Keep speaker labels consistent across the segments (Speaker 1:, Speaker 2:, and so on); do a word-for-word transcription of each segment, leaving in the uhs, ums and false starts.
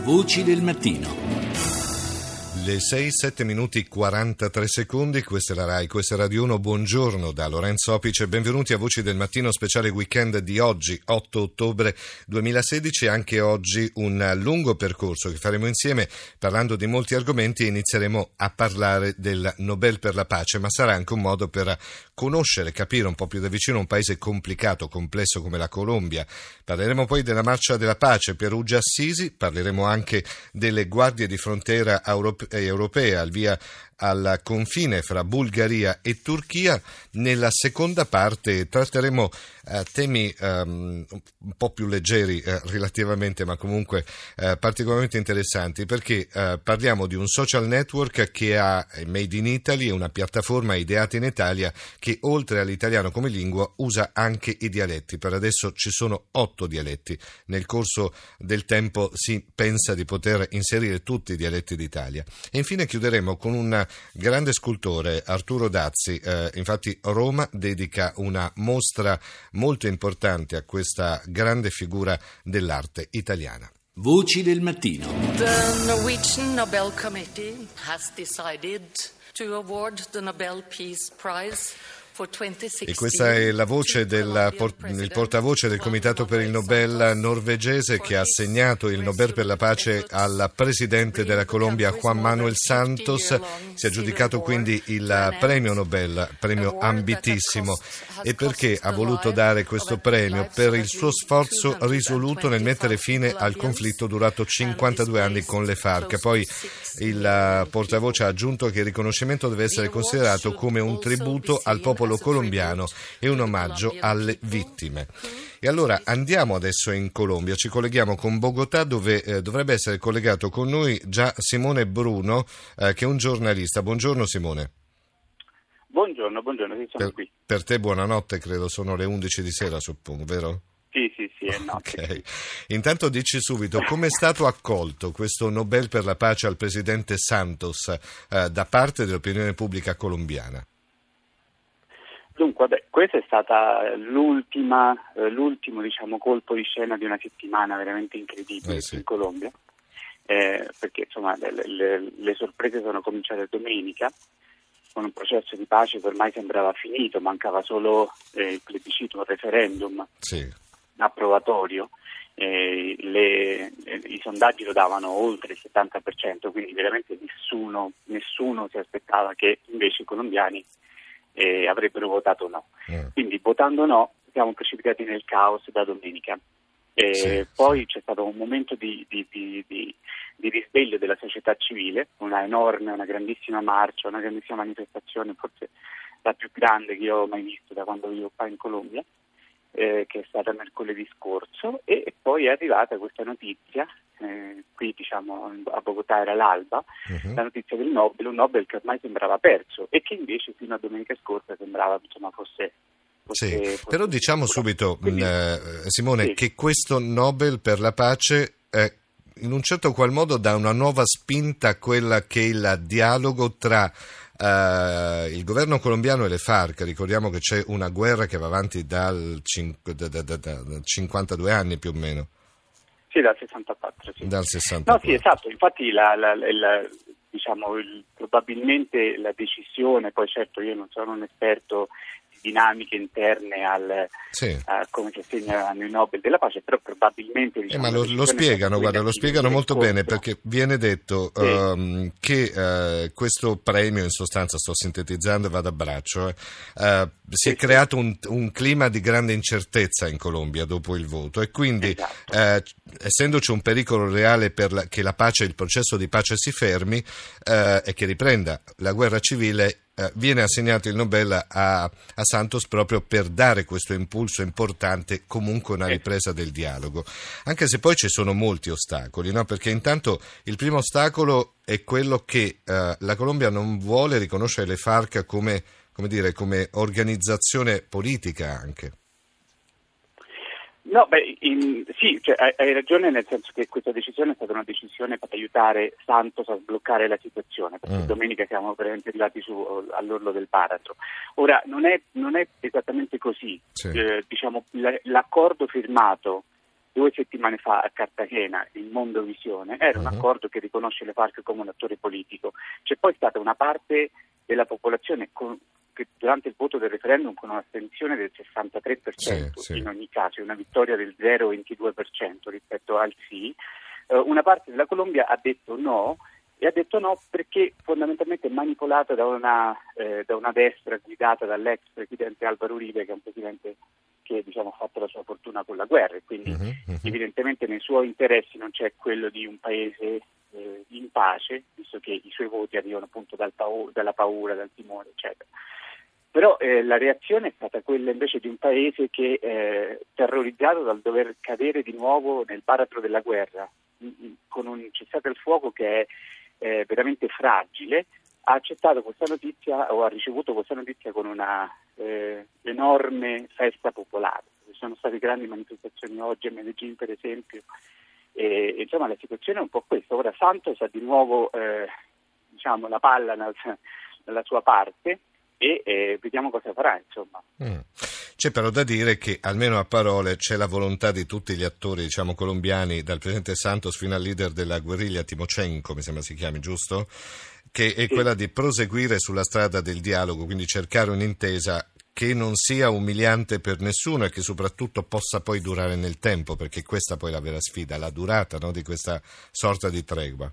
Speaker 1: Voci del mattino.
Speaker 2: Le sei, sette minuti quarantatré secondi, questa è la Rai, questa è Radio uno, buongiorno da Lorenzo Opice, benvenuti a Voci del Mattino, speciale weekend di oggi, otto ottobre duemilasedici, anche oggi un lungo percorso che faremo insieme parlando di molti argomenti e inizieremo a parlare del Nobel per la pace, ma sarà anche un modo per conoscere, capire un po' più da vicino un paese complicato, complesso come la Colombia. Parleremo poi della Marcia della Pace, Perugia-Assisi, parleremo anche delle guardie di frontiera europe- europee al via al confine fra Bulgaria e Turchia. Nella seconda parte tratteremo eh, temi um, un po' più leggeri eh, relativamente, ma comunque eh, particolarmente interessanti, perché eh, parliamo di un social network che ha Made in Italy, una piattaforma ideata in Italia che oltre all'italiano come lingua usa anche i dialetti. Per adesso ci sono otto dialetti. Nel corso del tempo si pensa di poter inserire tutti i dialetti d'Italia. E infine chiuderemo con un grande scultore, Arturo Dazzi. Eh, infatti Roma dedica una mostra molto importante a questa grande figura dell'arte italiana.
Speaker 1: Voci del mattino.
Speaker 3: The Norwegian Nobel Committee has decided to award the Nobel Peace Prize.
Speaker 2: E questa è la voce del il portavoce del Comitato per il Nobel norvegese che ha assegnato il Nobel per la pace al presidente della Colombia Juan Manuel Santos. Si è aggiudicato quindi il premio Nobel, premio ambitissimo. E perché ha voluto dare questo premio? Per il suo sforzo risoluto nel mettere fine al conflitto durato cinquantadue anni con le FARC. Poi il portavoce ha aggiunto che il riconoscimento deve essere considerato come un tributo al popolo colombiano e un omaggio alle vittime. E allora andiamo adesso in Colombia, ci colleghiamo con Bogotà, dove eh, dovrebbe essere collegato con noi già Simone Bruno, eh, che è un giornalista. Buongiorno Simone.
Speaker 4: Buongiorno, buongiorno, sì, sono
Speaker 2: per,
Speaker 4: qui.
Speaker 2: Per te buonanotte, credo sono le undici di sera, suppongo, vero?
Speaker 4: Sì, sì, sì, è notte.
Speaker 2: Ok. Intanto dici subito, come è stato accolto questo Nobel per la pace al presidente Santos eh, da parte dell'opinione pubblica colombiana?
Speaker 4: Dunque, vabbè, questa è stata l'ultima, eh, l'ultimo diciamo, colpo di scena di una settimana veramente incredibile
Speaker 2: eh sì.
Speaker 4: in Colombia, eh, perché insomma le, le, le sorprese sono cominciate domenica, con un processo di pace che ormai sembrava finito, mancava solo eh, il plebiscito, il referendum
Speaker 2: sì.
Speaker 4: approvatorio. Eh, le, eh, i sondaggi lo davano oltre il settanta per cento, quindi veramente nessuno, nessuno si aspettava che invece i colombiani Eh, avrebbero votato no.
Speaker 2: Mm.
Speaker 4: Quindi votando no siamo precipitati nel caos da domenica. E
Speaker 2: sì,
Speaker 4: poi
Speaker 2: sì.
Speaker 4: c'è stato un momento di, di, di, di, di risveglio della società civile, una enorme, una grandissima marcia, una grandissima manifestazione, forse la più grande che io ho mai visto da quando vivo qua in Colombia, eh, che è stata mercoledì scorso, e poi è arrivata questa notizia. Eh, qui diciamo a Bogotà era l'alba, uh-huh. La notizia del Nobel, un Nobel che ormai sembrava perso e che invece fino a domenica scorsa sembrava insomma fosse, fosse,
Speaker 2: sì.
Speaker 4: fosse
Speaker 2: Però diciamo
Speaker 4: sicuro.
Speaker 2: subito
Speaker 4: Quindi,
Speaker 2: eh, Simone,
Speaker 4: sì.
Speaker 2: che questo Nobel per la pace eh, in un certo qual modo dà una nuova spinta a quella che è il dialogo tra Uh, il governo colombiano e le FARC. Ricordiamo che c'è una guerra che va avanti dal cinque, da, da, da, da cinquantadue anni più o meno.
Speaker 4: Sì, dal sessantaquattro. Sì.
Speaker 2: Dal sessantaquattro.
Speaker 4: No, sì, esatto. Infatti, la, la, la, la, diciamo, il, probabilmente la decisione, poi certo io non sono un esperto di dinamiche interne al
Speaker 2: sì.
Speaker 4: a come si assegnano i Nobel della pace, però probabilmente diciamo,
Speaker 2: eh, ma lo, lo spiegano, guarda, lo spiegano molto bene, perché viene detto sì. um, che uh, questo premio, in sostanza, sto sintetizzando e vado a braccio, eh, uh, si è sì, creato un, un clima di grande incertezza in Colombia dopo il voto e quindi esatto. uh, essendoci un pericolo reale per la, che la pace, il processo di pace si fermi uh, e che riprenda la guerra civile, Uh, viene assegnato il Nobel a, a Santos proprio per dare questo impulso importante, comunque una ripresa del dialogo, anche se poi ci sono molti ostacoli, no? Perché intanto il primo ostacolo è quello che uh, la Colombia non vuole riconoscere le FARC come, come dire, come organizzazione politica anche.
Speaker 4: No, beh, in, sì, cioè, hai, hai ragione nel senso che questa decisione è stata una decisione per aiutare Santos a sbloccare la situazione, perché mm. domenica siamo veramente arrivati su, all'orlo del baratro. Ora, non è, non è esattamente così. Sì. Eh, diciamo, l'accordo firmato due settimane fa a Cartagena, il Mondovisione, era un uh-huh. accordo che riconosce le FARC come un attore politico. C'è poi stata una parte della popolazione con, che durante il voto del referendum con un'astensione del sessantatré per cento, sì, sì. in ogni caso, una vittoria del zero virgola ventidue per cento rispetto al sì. Uh, una parte della Colombia ha detto no, e ha detto no perché fondamentalmente manipolata da una, eh, da una destra guidata dall'ex presidente Álvaro Uribe, che è un presidente che diciamo, ha fatto la sua fortuna con la guerra, e quindi uh-huh, uh-huh. evidentemente nei suoi interessi non c'è quello di un paese eh, in pace, visto che i suoi voti arrivano appunto dal pau- dalla paura, dal timore, eccetera. Però eh, la reazione è stata quella invece di un paese che, eh, terrorizzato dal dover cadere di nuovo nel baratro della guerra, con un cessate il fuoco che è eh, veramente fragile, ha accettato questa notizia o ha ricevuto questa notizia con una eh, enorme festa popolare. Ci sono state grandi manifestazioni oggi a Medellin, per esempio, e insomma la situazione è un po' questa. Ora Santos ha di nuovo eh, diciamo la palla nel, nella sua parte e eh, vediamo cosa farà, insomma.
Speaker 2: Mm. C'è però da dire che almeno a parole c'è la volontà di tutti gli attori, diciamo, colombiani, dal presidente Santos fino al leader della guerriglia Timochenko, mi sembra si chiami, giusto? Che è sì. quella di proseguire sulla strada del dialogo, quindi cercare un'intesa che non sia umiliante per nessuno e che soprattutto possa poi durare nel tempo, perché questa poi è la vera sfida, la durata, no, di questa sorta di tregua.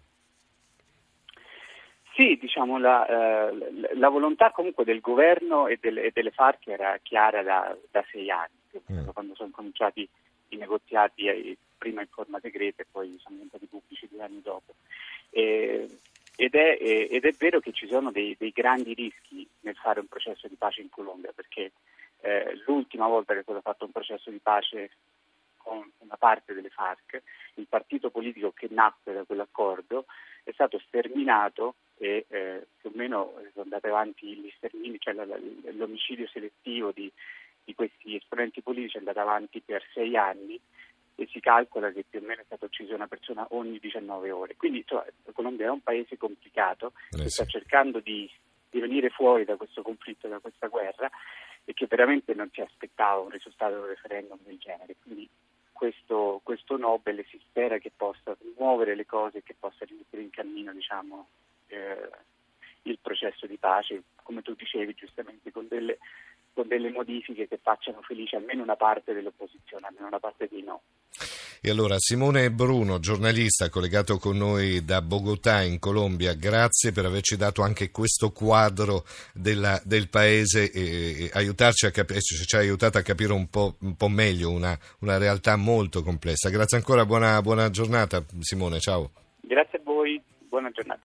Speaker 4: Sì, diciamo la, eh, la volontà comunque del governo e delle, e delle FARC era chiara da, da sei anni, mm. quando sono cominciati i negoziati eh, prima in forma segreta e poi sono diventati pubblici due anni dopo. E, ed, è, ed è vero che ci sono dei, dei grandi rischi nel fare un processo di pace in Colombia, perché eh, l'ultima volta che è stato fatto un processo di pace con una parte delle FARC, il partito politico che nacque da quell'accordo è stato sterminato e eh, più o meno sono andate avanti gli stermini, cioè la, la, l'omicidio selettivo di, di questi esponenti politici è andato avanti per sei anni e si calcola che più o meno è stata uccisa una persona ogni diciannove ore. Quindi insomma, la Colombia è un paese complicato eh, che sta sì. cercando di, di venire fuori da questo conflitto, da questa guerra, e che veramente non si aspettava un risultato del referendum del genere. Quindi questo, questo Nobel si spera che possa muovere le cose, che possa rimettere in cammino, diciamo, eh, il processo di pace, come tu dicevi giustamente, con delle, con delle modifiche che facciano felice almeno una parte dell'opposizione, almeno una parte dei no.
Speaker 2: E allora Simone Bruno, giornalista collegato con noi da Bogotà in Colombia, grazie per averci dato anche questo quadro della, del paese e, e aiutarci a capire, ci ha aiutato a capire un po', un po' meglio una, una realtà molto complessa. Grazie ancora, buona, buona giornata Simone, ciao.
Speaker 4: Grazie a voi, buona giornata.